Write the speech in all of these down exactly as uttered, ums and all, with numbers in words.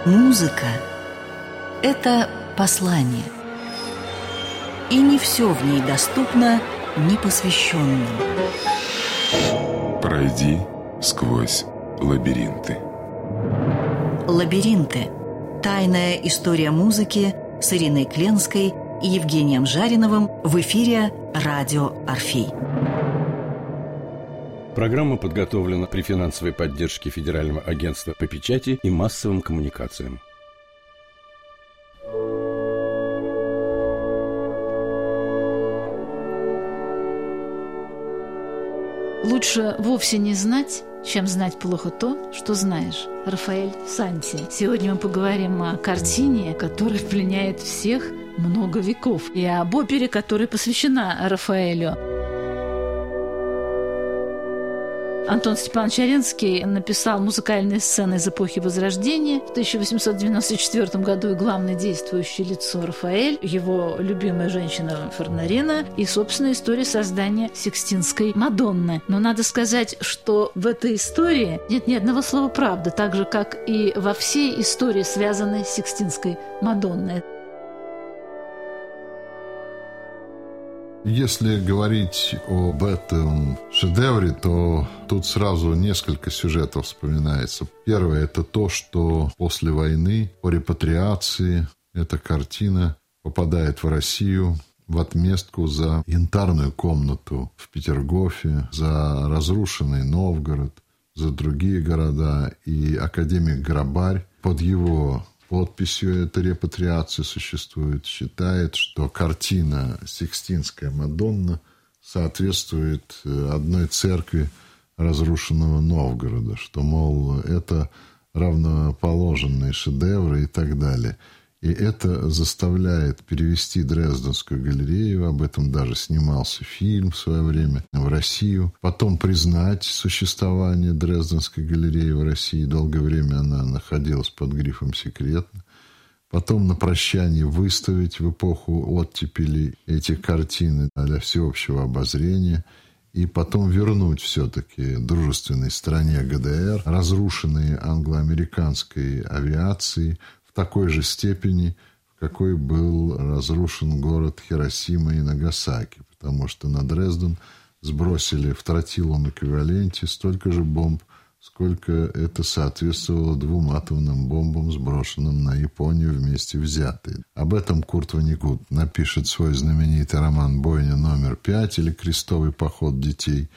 Музыка – это послание. И не все в ней доступно непосвященным. Пройди сквозь лабиринты. Лабиринты. Тайная история музыки с Ириной Кленской и Евгением Жариновым в эфире «Радио Орфей». Программа подготовлена при финансовой поддержке Федерального агентства по печати и массовым коммуникациям. Лучше вовсе не знать, чем знать плохо то, что знаешь. Рафаэль Санти. Сегодня мы поговорим о картине, которая пленяет всех много веков, и об опере, которая посвящена Рафаэлю. Антон Степанович Аренский написал музыкальные сцены из эпохи Возрождения. В тысяча восемьсот девяносто четвёртом году и главное действующее лицо Рафаэль, его любимая женщина Форнарина и собственная история создания Сикстинской Мадонны. Но надо сказать, что в этой истории нет ни одного слова правды, так же, как и во всей истории, связанной с Сикстинской Мадонной. Если говорить об этом шедевре, то тут сразу несколько сюжетов вспоминается. Первое – это то, что после войны, по репатриации, эта картина попадает в Россию в отместку за янтарную комнату в Петергофе, за разрушенный Новгород, за другие города. И академик Грабарь под его подписью этой репатриации существует, считает, что картина «Сикстинская Мадонна» соответствует одной церкви разрушенного Новгорода, что, мол, это равноположенные шедевры и так далее. И это заставляет перевести Дрезденскую галерею, об этом даже снимался фильм в свое время, в Россию. Потом признать существование Дрезденской галереи в России. Долгое время она находилась под грифом «секретно». Потом на прощание выставить в эпоху оттепели эти картины для всеобщего обозрения. И потом вернуть все-таки дружественной стране ГДР разрушенные англо-американской авиацией в такой же степени, в какой был разрушен город Хиросима и Нагасаки, потому что на Дрезден сбросили в тротиловом эквиваленте столько же бомб, сколько это соответствовало двум атомным бомбам, сброшенным на Японию вместе взятые. Об этом Курт Воннегут напишет свой знаменитый роман «Бойня номер пять» или «Крестовый поход детей».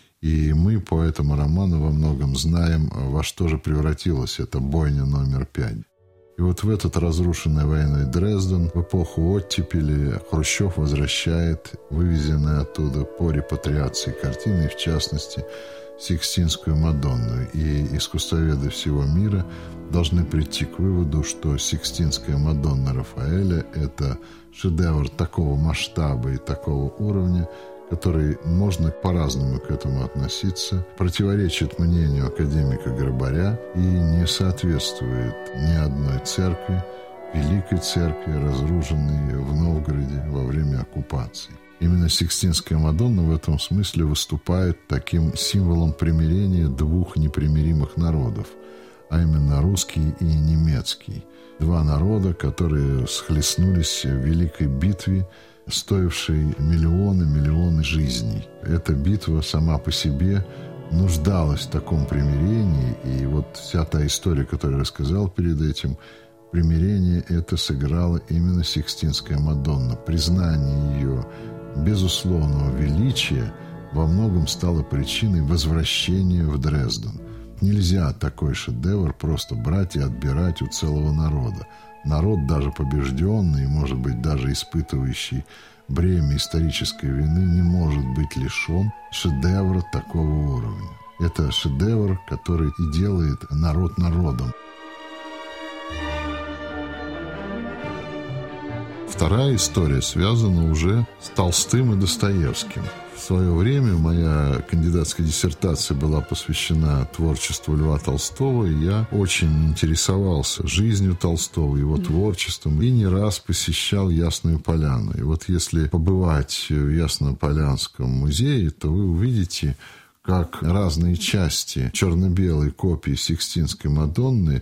И мы по этому роману во многом знаем, во что же превратилась эта бойня номер пять. И вот в этот разрушенный войной Дрезден в эпоху оттепели Хрущев возвращает вывезенные оттуда по репатриации картины, в частности, Сикстинскую Мадонну. И искусствоведы всего мира должны прийти к выводу, что Сикстинская Мадонна Рафаэля – это шедевр такого масштаба и такого уровня, который можно по-разному к этому относиться, противоречит мнению академика Грабаря и не соответствует ни одной церкви, великой церкви, разрушенной в Новгороде во время оккупации. Именно Сикстинская Мадонна в этом смысле выступает таким символом примирения двух непримиримых народов, а именно русский и немецкий. Два народа, которые схлестнулись в великой битве, стоившей миллионы-миллионы жизней. Эта битва сама по себе нуждалась в таком примирении, и вот вся та история, которую я рассказал перед этим, примирение это сыграла именно Сикстинская Мадонна. Признание ее безусловного величия во многом стало причиной возвращения в Дрезден. Нельзя такой шедевр просто брать и отбирать у целого народа. Народ, даже побежденный, может быть, даже испытывающий бремя исторической вины, не может быть лишен шедевра такого уровня. Это шедевр, который и делает народ народом. Вторая история связана уже с Толстым и Достоевским. В свое время моя кандидатская диссертация была посвящена творчеству Льва Толстого, и я очень интересовался жизнью Толстого, его творчеством, и не раз посещал Ясную Поляну. И вот если побывать в Ясно-Полянском музее, то вы увидите, как разные части черно-белой копии Сикстинской Мадонны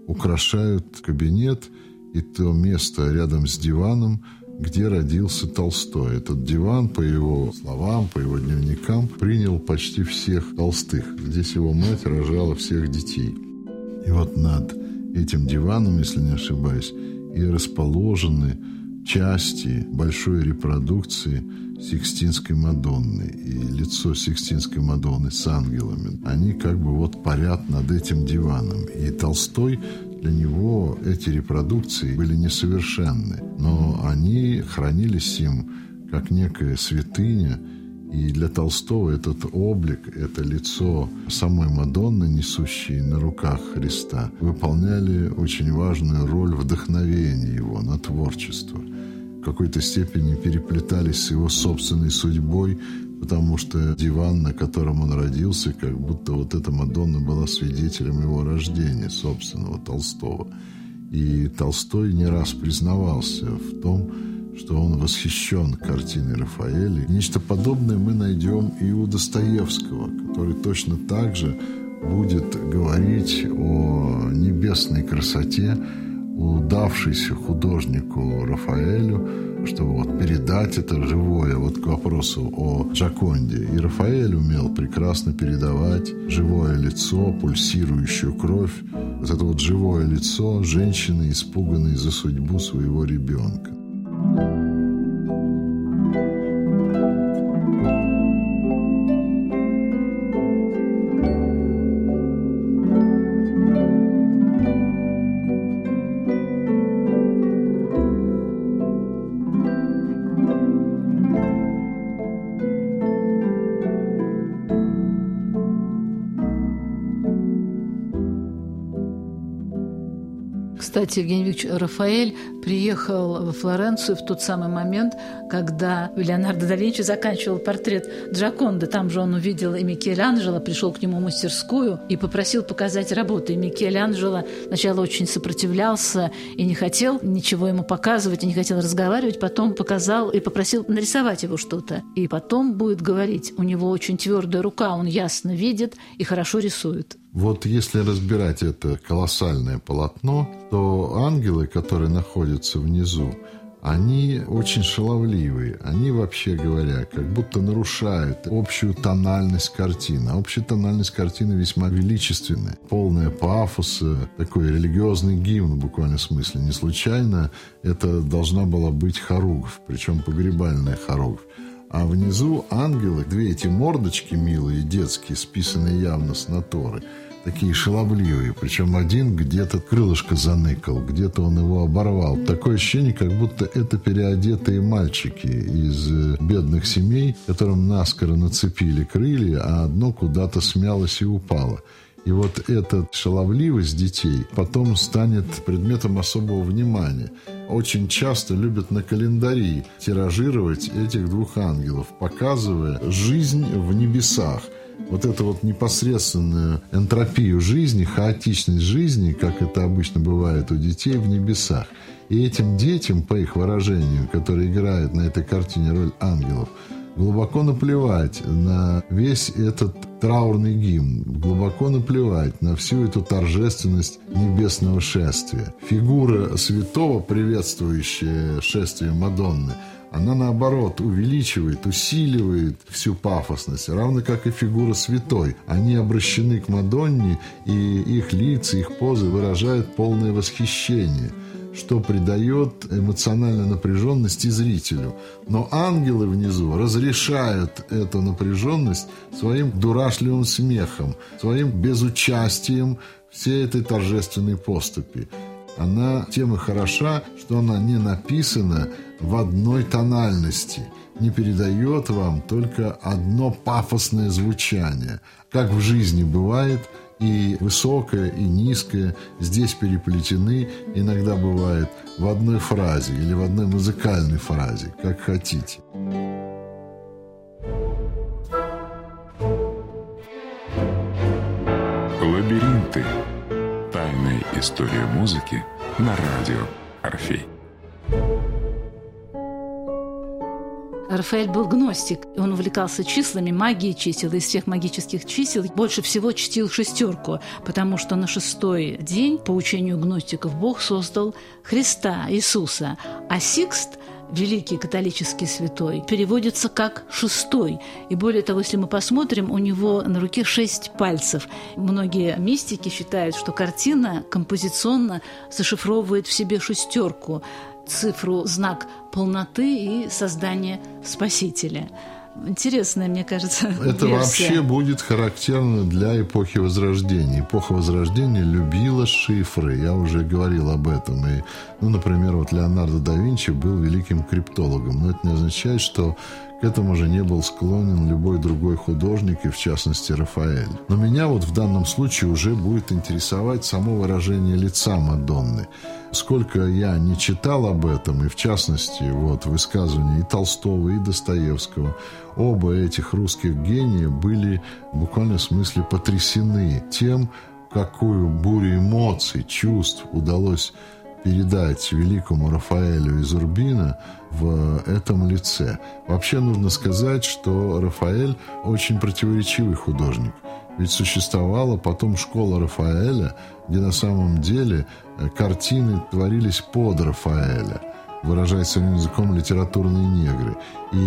украшают кабинет и то место рядом с диваном, где родился Толстой. Этот диван, по его словам, по его дневникам, принял почти всех Толстых. Здесь его мать рожала всех детей. И вот над этим диваном, если не ошибаюсь, и расположены части большой репродукции Сикстинской Мадонны. И лицо Сикстинской Мадонны с ангелами, они как бы вот парят над этим диваном. И Толстой, для него эти репродукции были несовершенны, но они хранились им как некая святыня. И для Толстого этот облик, это лицо самой Мадонны, несущей на руках Христа, выполняли очень важную роль вдохновения его на творчество. В какой-то степени переплетались с его собственной судьбой, потому что диван, на котором он родился, как будто вот эта Мадонна была свидетелем его рождения, собственного Толстого. И Толстой не раз признавался в том, что он восхищен картиной Рафаэля. И нечто подобное мы найдем и у Достоевского, который точно так же будет говорить о небесной красоте, удавшейся художнику Рафаэлю, чтобы вот передать это живое, вот к вопросу о Джоконде. И Рафаэль умел прекрасно передавать живое лицо, пульсирующую кровь. Вот это вот живое лицо женщины, испуганной за судьбу своего ребенка. Кстати, Евгений Викторович Рафаэль приехал во Флоренцию в тот самый момент, когда Леонардо да Винчи заканчивал портрет Джоконды. Там же он увидел и Микеланджело, пришел к нему в мастерскую и попросил показать работы. И Микеланджело сначала очень сопротивлялся и не хотел ничего ему показывать, и не хотел разговаривать. Потом показал и попросил нарисовать его что-то. И потом будет говорить, у него очень твердая рука, он ясно видит и хорошо рисует. Вот если разбирать это колоссальное полотно, то ангелы, которые находятся внизу, они очень шаловливые. Они, вообще говоря, как будто нарушают общую тональность картины. А общая тональность картины весьма величественная, полная пафоса, такой религиозный гимн в буквальном смысле. Не случайно это должна была быть хоругвь, причем погребальная хоругвь. А внизу ангелы, две эти мордочки милые, детские, списанные явно с натуры, такие шаловливые. Причем один где-то крылышко заныкал, где-то он его оборвал. Такое ощущение, как будто это переодетые мальчики из бедных семей, которым наскоро нацепили крылья, а одно куда-то смялось и упало. И вот эта шаловливость детей потом станет предметом особого внимания. Очень часто любят на календари тиражировать этих двух ангелов, показывая жизнь в небесах. Вот эту вот непосредственную энтропию жизни, хаотичность жизни, как это обычно бывает у детей в небесах. И этим детям, по их выражению, которые играют на этой картине роль ангелов, глубоко наплевать на весь этот траурный гимн, глубоко наплевать на всю эту торжественность небесного шествия. Фигура святого, приветствующая шествие Мадонны, она, наоборот, увеличивает, усиливает всю пафосность, равно как и фигура святой. Они обращены к Мадонне, и их лица, их позы выражают полное восхищение, что придает эмоциональную напряженность и зрителю. Но ангелы внизу разрешают эту напряженность своим дурашливым смехом, своим безучастием всей этой торжественной поступи. Она тем и хороша, что она не написана в одной тональности, не передает вам только одно пафосное звучание. Как в жизни бывает, и высокое, и низкое здесь переплетены, иногда бывает в одной фразе или в одной музыкальной фразе, как хотите. Лабиринты. Тайная история музыки на радио Орфей. Рафаэль был гностик. Он увлекался числами, магией чисел. Из всех магических чисел больше всего чтил шестерку, потому что на шестой день, по учению гностиков, Бог создал Христа, Иисуса. А Сикст, великий католический святой, переводится как «шестой». И более того, если мы посмотрим, у него на руке шесть пальцев. Многие мистики считают, что картина композиционно зашифровывает в себе шестерку, цифру, знак полноты и создания Спасителя. Интересная, мне кажется, это версия. Вообще будет характерно для эпохи Возрождения. Эпоха Возрождения любила шифры. Я уже говорил об этом. И, ну, например, вот Леонардо да Винчи был великим криптологом. Но это не означает, что к этому же не был склонен любой другой художник, и в частности Рафаэль. Но меня вот в данном случае уже будет интересовать само выражение лица Мадонны. Сколько я не читал об этом, и в частности вот высказывания и Толстого, и Достоевского, оба этих русских гения были в буквальном смысле потрясены тем, какую бурю эмоций, чувств удалось передать великому Рафаэлю из Урбино в этом лице. Вообще нужно сказать, что Рафаэль очень противоречивый художник. Ведь существовала потом школа Рафаэля, где на самом деле картины творились под Рафаэля, выражаясь своим языком литературные негры.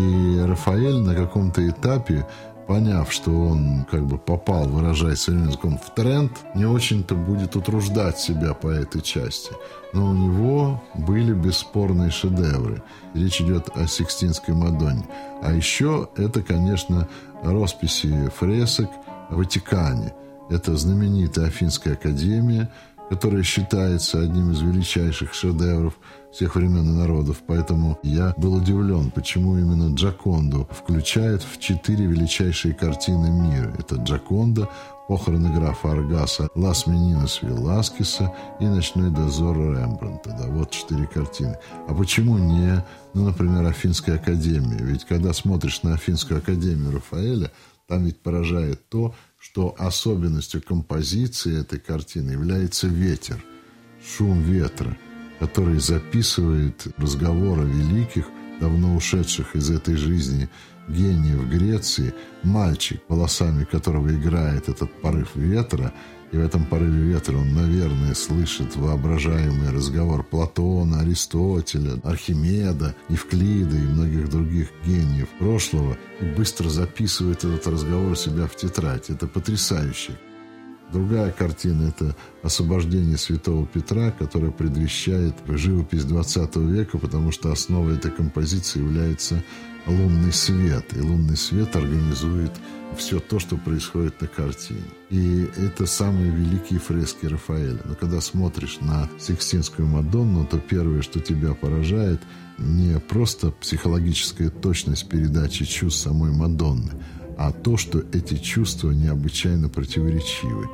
И Рафаэль на каком-то этапе, поняв, что он как бы попал, выражаясь своим языком, в тренд, не очень-то будет утруждать себя по этой части. Но у него были бесспорные шедевры. Речь идет о Сикстинской Мадонне. А еще это, конечно, росписи фресок в Ватикане. Это знаменитая Афинская академия, которая считается одним из величайших шедевров всех времен и народов. Поэтому я был удивлен, почему именно Джоконду включают в четыре величайшие картины мира. Это Джоконда, похороны графа Аргаса, Лас Менинос Веласкеса и Ночной дозор Рембрандта. Да, вот четыре картины. А почему не, ну, например, Афинская академия? Ведь когда смотришь на Афинскую академию Рафаэля, там ведь поражает то, что особенностью композиции этой картины является ветер, шум ветра, который записывает разговоры великих, давно ушедших из этой жизни гениев Греции, мальчик, волосами которого играет этот порыв ветра, и в этом порыве ветра он, наверное, слышит воображаемый разговор Платона, Аристотеля, Архимеда, Евклида и многих других гениев прошлого, и быстро записывает этот разговор себя в тетрадь. Это потрясающе. Другая картина – это «Освобождение святого Петра», которая предвещает живопись двадцатого века, потому что основой этой композиции является лунный свет. И лунный свет организует все то, что происходит на картине. И это самые великие фрески Рафаэля. Но когда смотришь на Сикстинскую Мадонну, то первое, что тебя поражает, не просто психологическая точность передачи чувств самой Мадонны, а то, что эти чувства необычайно противоречивы.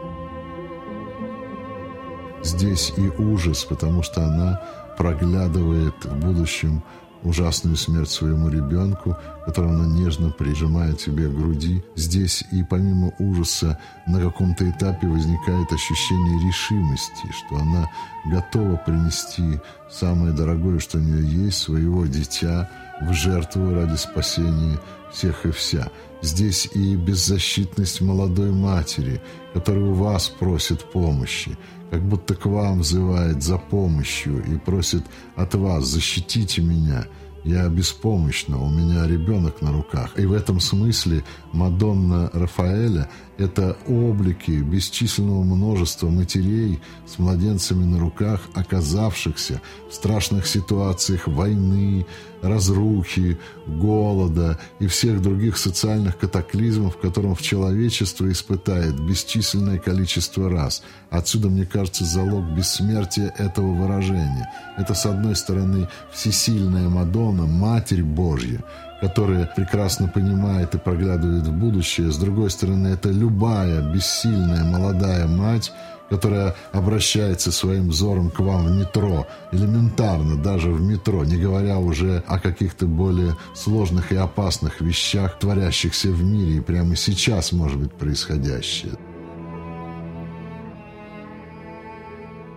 Здесь и ужас, потому что она проглядывает в будущем ужасную смерть своему ребенку, которого она нежно прижимает себе к груди. Здесь и помимо ужаса на каком-то этапе возникает ощущение решимости, что она готова принести самое дорогое, что у нее есть, своего дитя, в жертву ради спасения всех и вся. Здесь и беззащитность молодой матери, которая у вас просит помощи, как будто к вам взывает за помощью и просит от вас: защитите меня, я беспомощна, у меня ребенок на руках. И в этом смысле Мадонна Рафаэля – это облики бесчисленного множества матерей с младенцами на руках, оказавшихся в страшных ситуациях войны, разрухи, голода и всех других социальных катаклизмов, которым человечество испытает бесчисленное количество раз. Отсюда, мне кажется, залог бессмертия этого выражения. Это, с одной стороны, всесильная Мадонна, Матерь Божья, которая прекрасно понимает и проглядывает в будущее. С другой стороны, это любая бессильная молодая мать, которая обращается своим взором к вам в метро, элементарно даже в метро, не говоря уже о каких-то более сложных и опасных вещах, творящихся в мире и прямо сейчас, может быть, происходящее.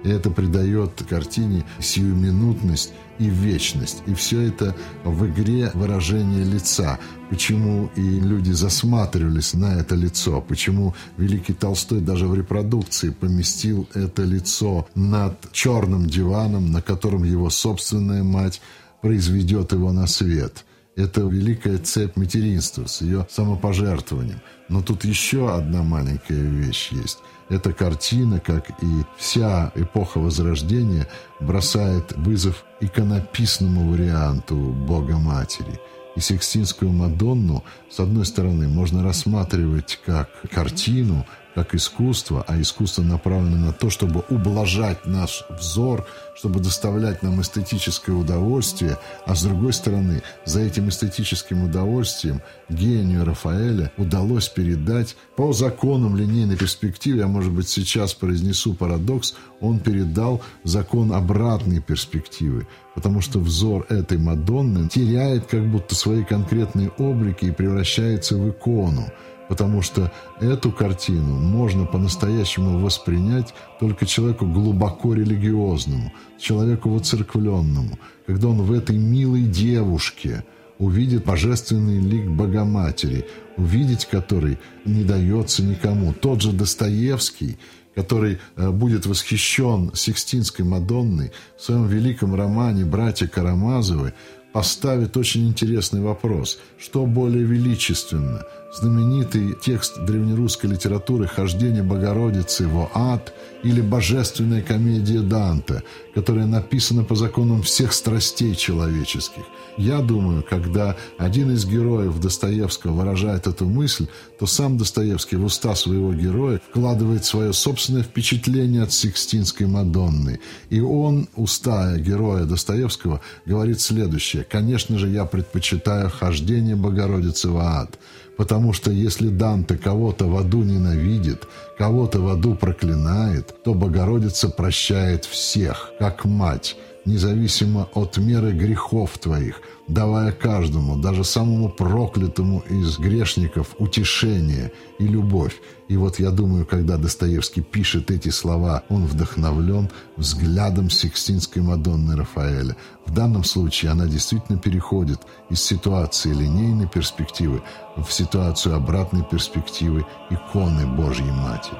И это придает картине сиюминутность и вечность. И все это в игре выражения лица. Почему и люди засматривались на это лицо, почему великий Толстой даже в репродукции поместил это лицо над черным диваном, на котором его собственная мать произведет его на свет. Это великая цепь материнства с ее самопожертвованием. Но тут еще одна маленькая вещь есть. Эта картина, как и вся эпоха Возрождения, бросает вызов иконописному варианту Бога-Матери. И Сикстинскую Мадонну, с одной стороны, можно рассматривать как картину, как искусство, а искусство направлено на то, чтобы ублажать наш взор, чтобы доставлять нам эстетическое удовольствие, а с другой стороны, за этим эстетическим удовольствием гению Рафаэля удалось передать по законам линейной перспективы, я, может быть, сейчас произнесу парадокс, он передал закон обратной перспективы, потому что взор этой Мадонны теряет как будто свои конкретные облики и превращается в икону. Потому что эту картину можно по-настоящему воспринять только человеку глубоко религиозному, человеку воцерквленному, когда он в этой милой девушке увидит божественный лик Богоматери, увидеть который не дается никому. Тот же Достоевский, который будет восхищен Сикстинской Мадонной, в своем великом романе «Братья Карамазовы» поставит очень интересный вопрос. Что более величественно? Знаменитый текст древнерусской литературы «Хождение Богородицы во ад» или «Божественная комедия Данте», которая написана по законам всех страстей человеческих. Я думаю, когда один из героев Достоевского выражает эту мысль, то сам Достоевский в уста своего героя вкладывает свое собственное впечатление от Сикстинской Мадонны. И он, уста героя Достоевского, говорит следующее. «Конечно же, я предпочитаю хождение Богородицы в ад». Потому что если Данте кого-то в аду ненавидит, кого-то в аду проклинает, то Богородица прощает всех, как мать, независимо от меры грехов твоих, давая каждому, даже самому проклятому из грешников, утешение и любовь. И вот я думаю, когда Достоевский пишет эти слова, он вдохновлен взглядом Сикстинской Мадонны Рафаэля. В данном случае она действительно переходит из ситуации линейной перспективы в ситуацию обратной перспективы иконы Божьей Матери.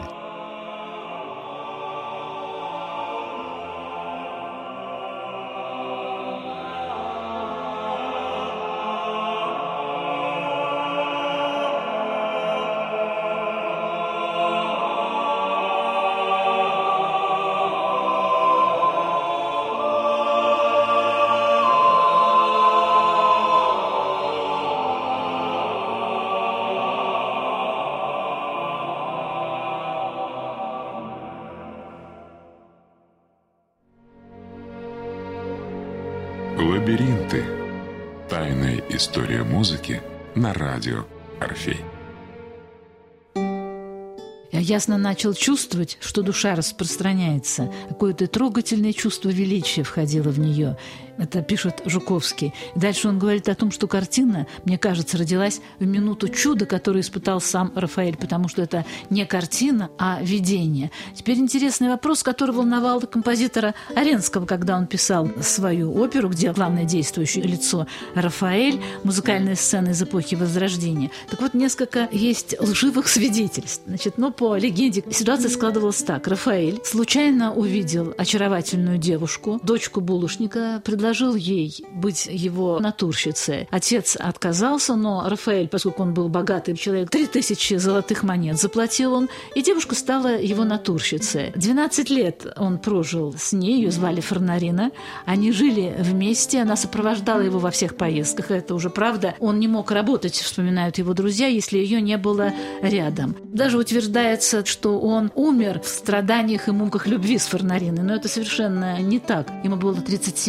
Лабиринты. Тайная история музыки на радио Орфей. Я ясно начал чувствовать, что душа распространяется. Какое-то трогательное чувство величия входило в нее. Это пишет Жуковский. И дальше он говорит о том, что картина, мне кажется, родилась в минуту чуда, которое испытал сам Рафаэль, потому что это не картина, а видение. Теперь интересный вопрос, который волновал композитора Аренского, когда он писал свою оперу, где главное действующее лицо Рафаэль, музыкальная сцена из эпохи Возрождения. Так вот, несколько есть лживых свидетельств. Значит, но по легенде ситуация складывалась так. Рафаэль случайно увидел очаровательную девушку, дочку булочника, предложил ей быть его натурщицей. Отец отказался, но Рафаэль, поскольку он был богатый человек, три тысячи золотых монет заплатил он, и девушка стала его натурщицей. двенадцать лет он прожил с ней, ее звали Форнарина. Они жили вместе, она сопровождала его во всех поездках. Это уже правда. Он не мог работать, вспоминают его друзья, если ее не было рядом. Даже утверждается, что он умер в страданиях и муках любви с Форнариной, но это совершенно не так. Ему было тридцать семь лет.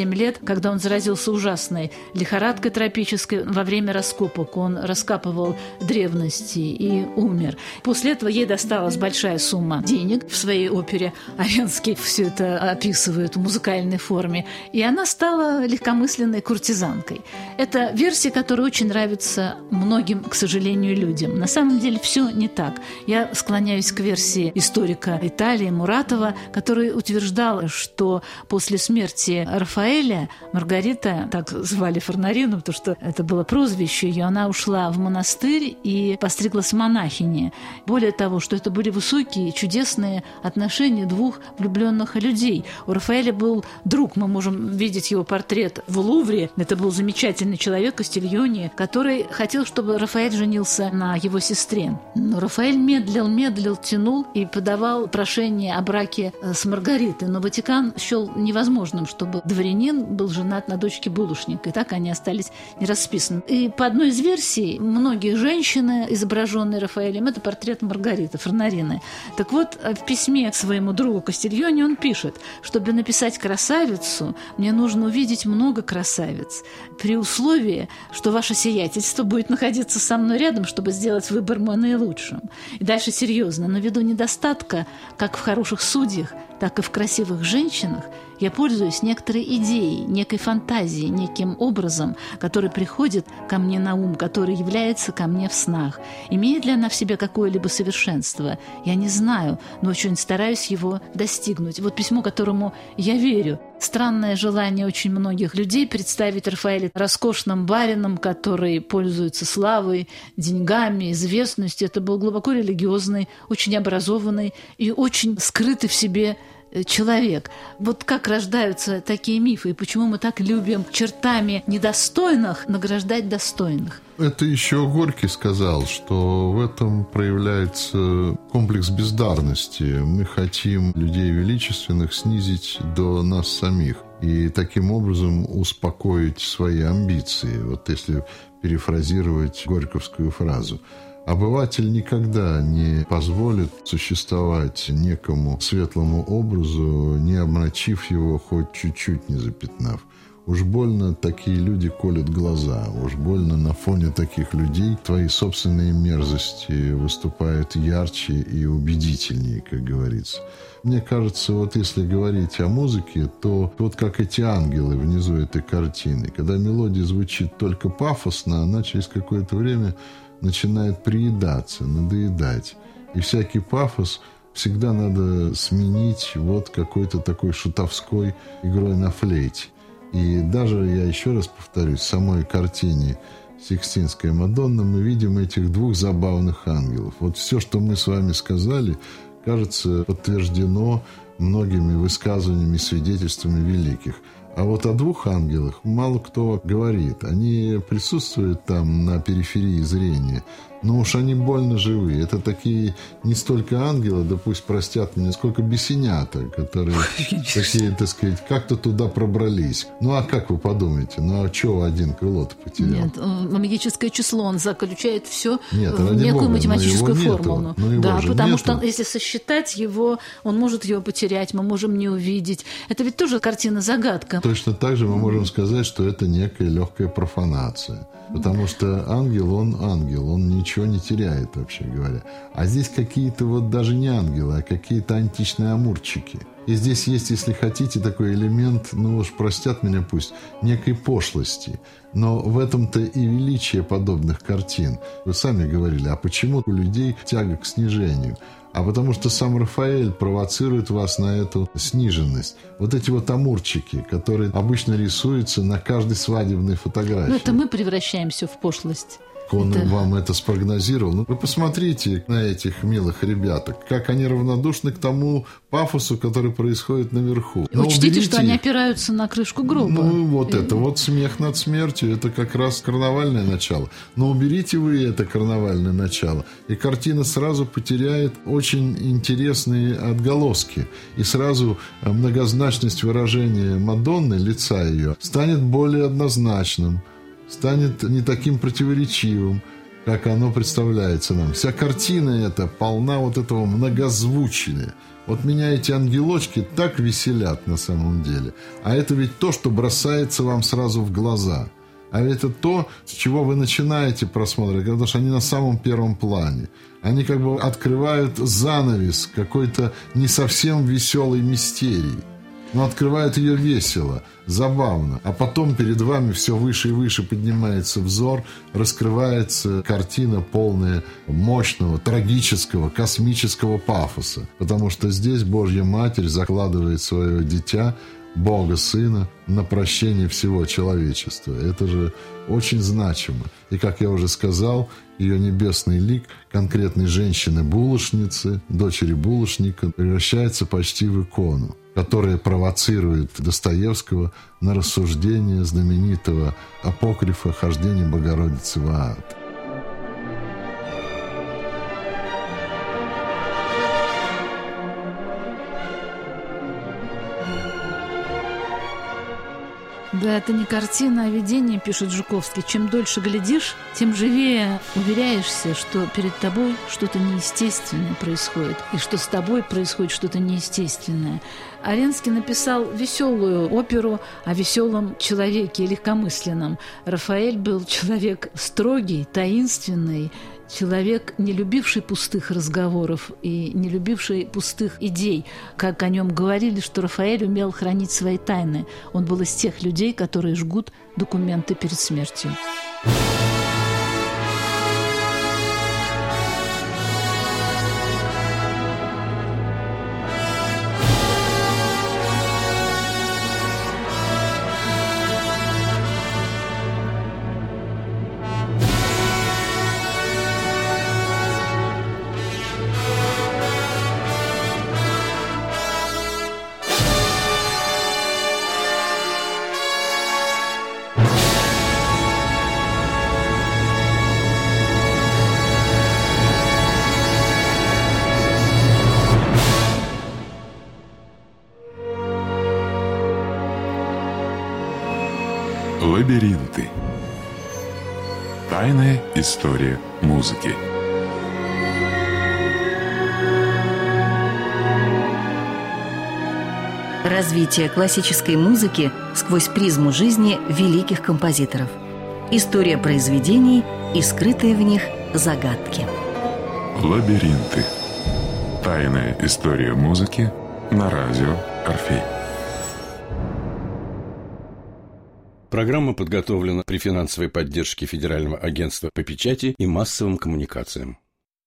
когда он заразился ужасной лихорадкой тропической во время раскопок. Он раскапывал древности и умер. После этого ей досталась большая сумма денег. В своей опере Аренский все это описывает в музыкальной форме. И она стала легкомысленной куртизанкой. Это версия, которая очень нравится многим, к сожалению, людям. На самом деле все не так. Я склоняюсь к версии историка Италии Муратова, который утверждал, что после смерти Рафаэля Маргарита, так звали Форнарину, потому что это было прозвище ее, она ушла в монастырь и постриглась монахиней. Более того, что это были высокие, чудесные отношения двух влюбленных людей. У Рафаэля был друг, мы можем видеть его портрет в Лувре. Это был замечательный человек, Кастильони, который хотел, чтобы Рафаэль женился на его сестре. Но Рафаэль медлил, медлил, тянул и подавал прошение о браке с Маргаритой. Но Ватикан счел невозможным, чтобы дворянин был женат на дочке булочника. И так они остались не расписаны. И по одной из версий, многие женщины, изображенные Рафаэлем, это портрет Маргариты, Форнарины. Так вот, в письме к своему другу Кастильони он пишет: чтобы написать красавицу, мне нужно увидеть много красавиц, при условии, что ваше сиятельство будет находиться со мной рядом, чтобы сделать выбор мой наилучшим. И дальше серьезно, но ввиду недостатка, как в хороших судьях, так и в красивых женщинах, я пользуюсь некоторой идеей, некой фантазией, неким образом, который приходит ко мне на ум, который является ко мне в снах. Имеет ли она в себе какое-либо совершенство? Я не знаю, но очень стараюсь его достигнуть. Вот письмо, которому я верю. Странное желание очень многих людей представить Рафаэля роскошным барином, который пользуется славой, деньгами, известностью. Это был глубоко религиозный, очень образованный и очень скрытый в себе человек. Вот как рождаются такие мифы, и почему мы так любим чертами недостойных награждать достойных? Это еще Горький сказал, что в этом проявляется комплекс бездарности. Мы хотим людей величественных снизить до нас самих и таким образом успокоить свои амбиции. Вот если перефразировать горьковскую фразу. Обыватель никогда не позволит существовать некому светлому образу, не омрачив его, хоть чуть-чуть не запятнав. Уж больно такие люди колют глаза, уж больно на фоне таких людей твои собственные мерзости выступают ярче и убедительнее, как говорится. Мне кажется, вот если говорить о музыке, то вот как эти ангелы внизу этой картины. Когда мелодия звучит только пафосно, она через какое-то время начинает приедаться, надоедать. И всякий пафос всегда надо сменить вот какой-то такой шутовской игрой на флейте. И даже, я еще раз повторюсь, в самой картине «Сикстинская Мадонна» мы видим этих двух забавных ангелов. Вот все, что мы с вами сказали, кажется, подтверждено многими высказываниями, свидетельствами великих. А вот о двух ангелах мало кто говорит. Они присутствуют там на периферии зрения, но уж они больно живые. Это такие не столько ангелы, да пусть простят меня, сколько бесенята, которые такие, так сказать, как-то туда пробрались. Ну а как вы подумаете? Ну а чего один крыло-то потерял? Нет, магическое число, он заключает все Нет, в некую Бога, математическую формулу. Нету, да, потому нету. что если сосчитать его, он может его потерять, мы можем не увидеть. Это ведь тоже картина-загадка. Точно так же мы можем сказать, что это некая легкая профанация. Потому что ангел, он ангел, он ничего не теряет, вообще говоря. А здесь какие-то вот даже не ангелы, а какие-то античные амурчики. И здесь есть, если хотите, такой элемент, ну уж простят меня пусть, некой пошлости. Но в этом-то и величие подобных картин. Вы сами говорили, а почему у людей тяга к снижению? А потому что сам Рафаэль провоцирует вас на эту сниженность. Вот эти вот амурчики, которые обычно рисуются на каждой свадебной фотографии. Ну, это мы превращаемся в пошлость. Он это... вам это спрогнозировал. Ну, вы посмотрите на этих милых ребяток, как они равнодушны к тому пафосу, который происходит наверху. Но учтите, уберите... что они опираются на крышку гроба. Ну, вот и... это вот смех над смертью, это как раз карнавальное начало. Но уберите вы это карнавальное начало, и картина сразу потеряет очень интересные отголоски. И сразу многозначность выражения Мадонны, лица ее, станет более однозначным, станет не таким противоречивым. как оно представляется нам. Вся картина эта полна вот этого многозвучия. Вот меня эти ангелочки так веселят на самом деле. А это ведь то, что бросается вам сразу в глаза. А это то, с чего вы начинаете просмотр, потому что они на самом первом плане. Они как бы открывают занавес какой-то не совсем веселой мистерии. Но открывают ее весело, забавно. А потом перед вами все выше и выше поднимается взор, раскрывается картина, полная мощного, трагического, космического пафоса. Потому что здесь Божья Матерь закладывает свое дитя, Бога Сына, на прощение всего человечества. Это же очень значимо. И, как я уже сказал, ее небесный лик конкретной женщины-булочницы, дочери булочника, превращается почти в икону, которая провоцирует Достоевского на рассуждение знаменитого апокрифа «Хождение Богородицы в ад». Да, это не картина, а видение, пишет Жуковский. Чем дольше глядишь, тем живее уверяешься, что перед тобой что-то неестественное происходит, и что с тобой происходит что-то неестественное. Аренский написал веселую оперу о веселом человеке, легкомысленном. Рафаэль был человек строгий, таинственный, человек, не любивший пустых разговоров и не любивший пустых идей. Как о нем говорили, что Рафаэль умел хранить свои тайны. Он был из тех людей, которые жгут документы перед смертью. Лабиринты. Тайная история музыки. Развитие классической музыки сквозь призму жизни великих композиторов. История произведений и скрытые в них загадки. Лабиринты. Тайная история музыки на радио Орфей. Программа подготовлена при финансовой поддержке Федерального агентства по печати и массовым коммуникациям.